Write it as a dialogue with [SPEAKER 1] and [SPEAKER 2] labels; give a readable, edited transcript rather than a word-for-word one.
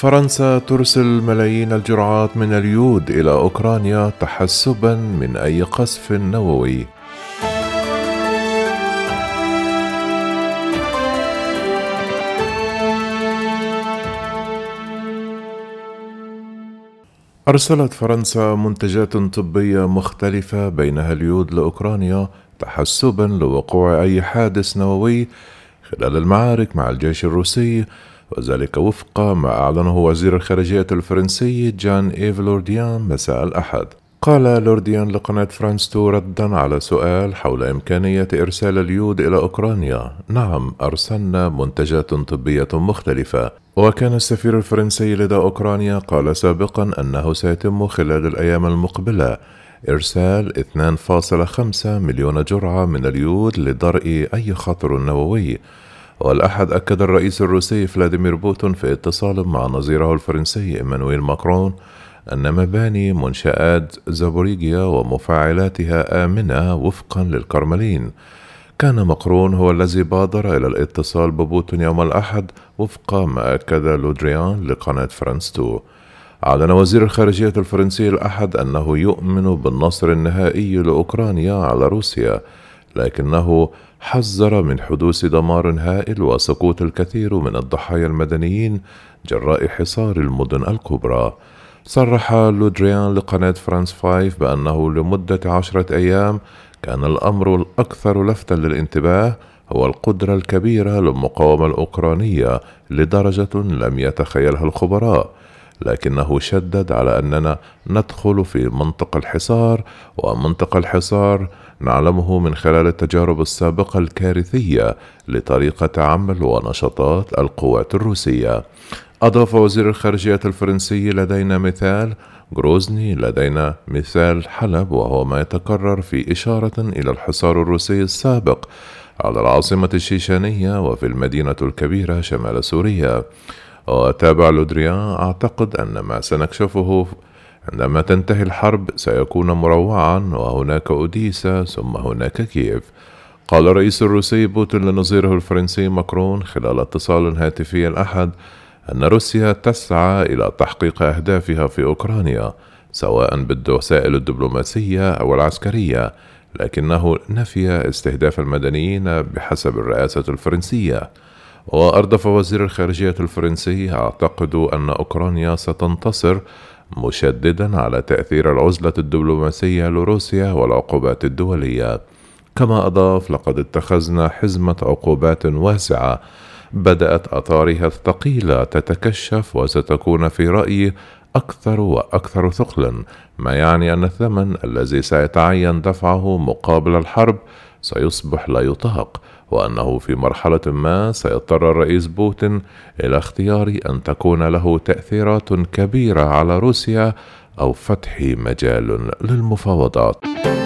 [SPEAKER 1] فرنسا ترسل ملايين الجرعات من اليود إلى أوكرانيا تحسبًا من أي قصف نووي. أرسلت فرنسا منتجات طبية مختلفة بينها اليود لأوكرانيا تحسبًا لوقوع أي حادث نووي خلال المعارك مع الجيش الروسي، وذلك وفق ما أعلنه وزير الخارجية الفرنسي جان-إيف لورديان مساء الأحد. قال لورديان لقناة فرانس 2 ردًا على سؤال حول إمكانية إرسال اليود إلى أوكرانيا: نعم، أرسلنا منتجات طبية مختلفة. وكان السفير الفرنسي لدى أوكرانيا قال سابقًا أنه سيتم خلال الأيام المقبلة إرسال 2.5 مليون جرعة من اليود لدرء أي خطر نووي. والأحد أكد الرئيس الروسي فلاديمير بوتين في اتصال مع نظيره الفرنسي إيمانويل ماكرون أن مباني منشآت زابوريجيا ومفاعلاتها آمنة وفقًا للكرملين. كان ماكرون هو الذي بادر إلى الاتصال ببوتين يوم الأحد وفق ما أكد لودريان لقناة فرانس 2. أعلن وزير الخارجية الفرنسي الأحد أنه يؤمن بالنصر النهائي لأوكرانيا على روسيا، لكنه حذر من حدوث دمار هائل وسقوط الكثير من الضحايا المدنيين جراء حصار المدن الكبرى. صرح لودريان لقناة فرانس 5 بأنه لمدة 10 أيام كان الأمر الأكثر لفتًا للانتباه هو القدرة الكبيرة للمقاومة الأوكرانية لدرجة لم يتخيلها الخبراء، لكنه شدد على أننا ندخل في منطقة الحصار، ومنطقة الحصار نعلمه من خلال التجارب السابقة الكارثية لطريقة عمل ونشاطات القوات الروسية. أضاف وزير الخارجية الفرنسي: لدينا مثال غروزني، لدينا مثال حلب، وهو ما يتكرر في إشارة إلى الحصار الروسي السابق على العاصمة الشيشانية وفي المدينة الكبيرة شمال سوريا. وتابع لودريان: أعتقد أن ما سنكشفه عندما تنتهي الحرب سيكون مروعًا، وهناك أوديسا ثم هناك كييف. قال الرئيس الروسي بوتين لنظيره الفرنسي ماكرون خلال اتصال هاتفي الأحد أن روسيا تسعى إلى تحقيق أهدافها في أوكرانيا سواء بالوسائل الدبلوماسية أو العسكرية، لكنه نفي استهداف المدنيين بحسب الرئاسة الفرنسية. وأردف وزير الخارجية الفرنسي: أعتقد أن أوكرانيا ستنتصر، مشددا على تأثير العزلة الدبلوماسية لروسيا والعقوبات الدولية. كما أضاف: لقد اتخذنا حزمة عقوبات واسعة بدأت آثارها الثقيلة تتكشف، وستكون في رأيي أكثر وأكثر ثقلا، ما يعني أن الثمن الذي سيتعين دفعه مقابل الحرب سيصبح لا يطاق، وأنه في مرحلة ما سيضطر الرئيس بوتين إلى اختيار أن تكون له تأثيرات كبيرة على روسيا أو فتح مجال للمفاوضات.